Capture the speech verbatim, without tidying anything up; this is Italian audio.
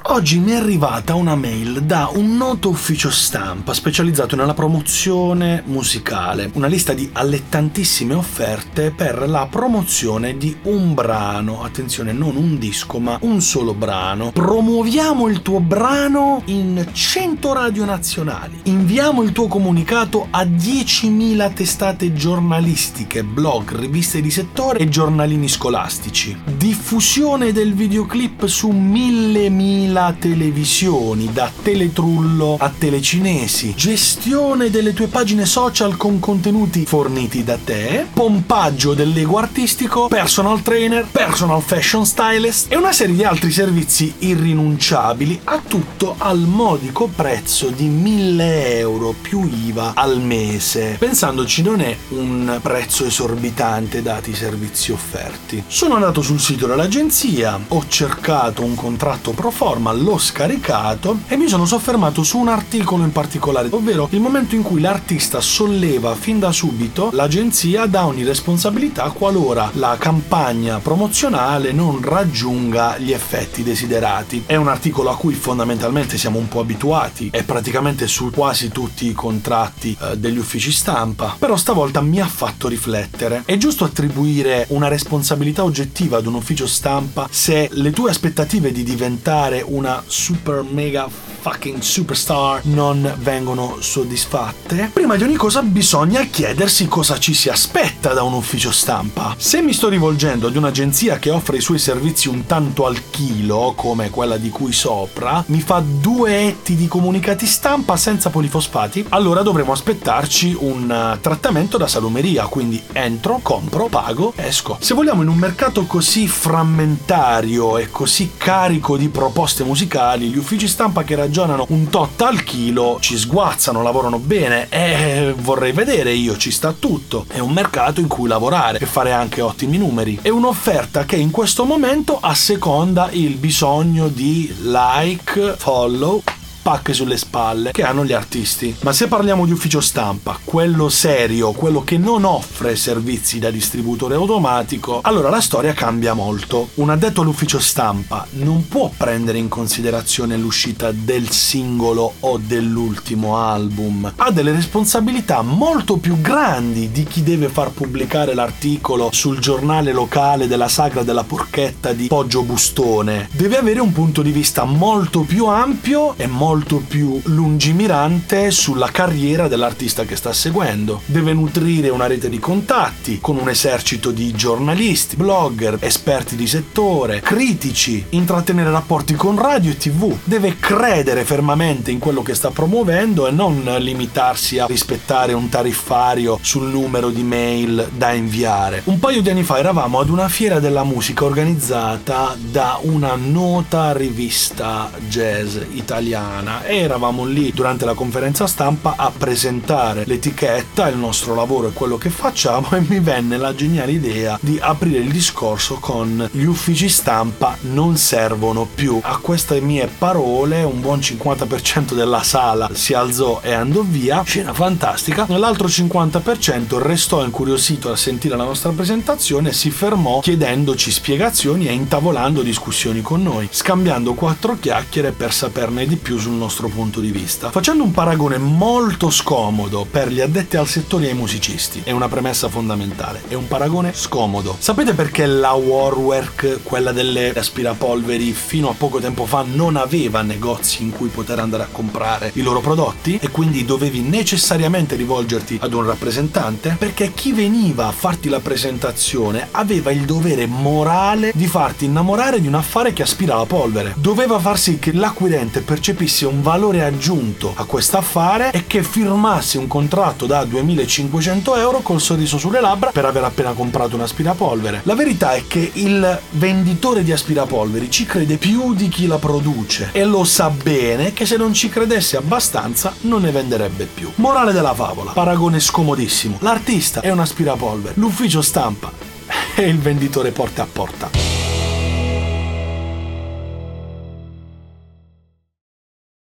Oggi mi è arrivata una mail da un noto ufficio stampa specializzato nella promozione musicale, una lista di allettantissime offerte per la promozione di un brano, attenzione, non un disco ma un solo brano. Promuoviamo il tuo brano in cento radio nazionali, inviamo il tuo comunicato a diecimila testate giornalistiche, blog, riviste di settore e giornalini scolastici, diffusione del videoclip su mille mila televisioni, da Teletrullo a Telecinesi, gestione delle tue pagine social con contenuti forniti da te, pompaggio del Lego artistico, personal trainer, personal fashion stylist e una serie di altri servizi irrinunciabili, a tutto al modico prezzo di mille euro più I V A al mese. Pensandoci, non è un prezzo esorbitante dati i servizi offerti. Sono andato sul sito dell'agenzia, ho cercato un contratto pro forma, l'ho scaricato e mi sono soffermato su un articolo in particolare, ovvero il momento in cui l'artista solleva fin da subito l'agenzia da ogni responsabilità qualora la campagna promozionale non raggiunga gli effetti desiderati. È un articolo a cui fondamentalmente siamo un po' abituati, è praticamente su quasi tutti i contratti eh, degli uffici stampa, però stavolta mi ha fatto riflettere. È giusto attribuire una responsabilità oggettiva ad un ufficio stampa se le tue aspettative di diventare una super mega fucking superstar non vengono soddisfatte? Prima di ogni cosa bisogna chiedersi cosa ci si aspetta da un ufficio stampa. Se mi sto rivolgendo ad un'agenzia che offre i suoi servizi un tanto al chilo, come quella di cui sopra, mi fa due etti di comunicati stampa senza polifosfati, allora dovremo aspettarci un trattamento da salumeria, quindi entro, compro, pago, esco. Se vogliamo, in un mercato così frammentario e così carico di proposte musicali, gli uffici stampa che ragionano un tot al chilo ci sguazzano, lavorano bene e vorrei vedere io, ci sta tutto. È un mercato in cui lavorare e fare anche ottimi numeri. È un'offerta che in questo momento asseconda il bisogno di like, follow, pacche sulle spalle che hanno gli artisti. Ma se parliamo di ufficio stampa, quello serio, quello che non offre servizi da distributore automatico, allora la storia cambia molto. Un addetto all'ufficio stampa non può prendere in considerazione l'uscita del singolo o dell'ultimo album, ha delle responsabilità molto più grandi di chi deve far pubblicare l'articolo sul giornale locale della sagra della porchetta di Poggio Bustone. Deve avere un punto di vista molto più ampio e molto molto più lungimirante sulla carriera dell'artista che sta seguendo. Deve nutrire una rete di contatti con un esercito di giornalisti, blogger, esperti di settore, critici, intrattenere rapporti con radio e tv. Deve credere fermamente in quello che sta promuovendo e non limitarsi a rispettare un tariffario sul numero di mail da inviare. Un paio di anni fa eravamo ad una fiera della musica organizzata da una nota rivista jazz italiana e eravamo lì durante la conferenza stampa a presentare l'etichetta, il nostro lavoro e quello che facciamo, e mi venne la geniale idea di aprire il discorso con gli uffici stampa non servono più. A queste mie parole un buon cinquanta per cento della sala si alzò e andò via, scena fantastica. L'altro cinquanta per cento restò incuriosito a sentire la nostra presentazione e si fermò chiedendoci spiegazioni e intavolando discussioni con noi, scambiando quattro chiacchiere per saperne di più sul nostro punto di vista, facendo un paragone molto scomodo per gli addetti al settore e ai musicisti. È una premessa fondamentale, è un paragone scomodo. Sapete perché la Warwerk, quella delle aspirapolveri, fino a poco tempo fa non aveva negozi in cui poter andare a comprare i loro prodotti e quindi dovevi necessariamente rivolgerti ad un rappresentante? Perché chi veniva a farti la presentazione aveva il dovere morale di farti innamorare di un affare che aspirava polvere. Doveva far sì che l'acquirente percepisse un valore aggiunto a quest'affare e che firmasse un contratto da duemilacinquecento euro col sorriso sulle labbra per aver appena comprato un aspirapolvere. La verità è che il venditore di aspirapolveri ci crede più di chi la produce e lo sa bene che se non ci credesse abbastanza non ne venderebbe più. Morale della favola, paragone scomodissimo: l'artista è un aspirapolvere, l'ufficio stampa è il venditore porta a porta.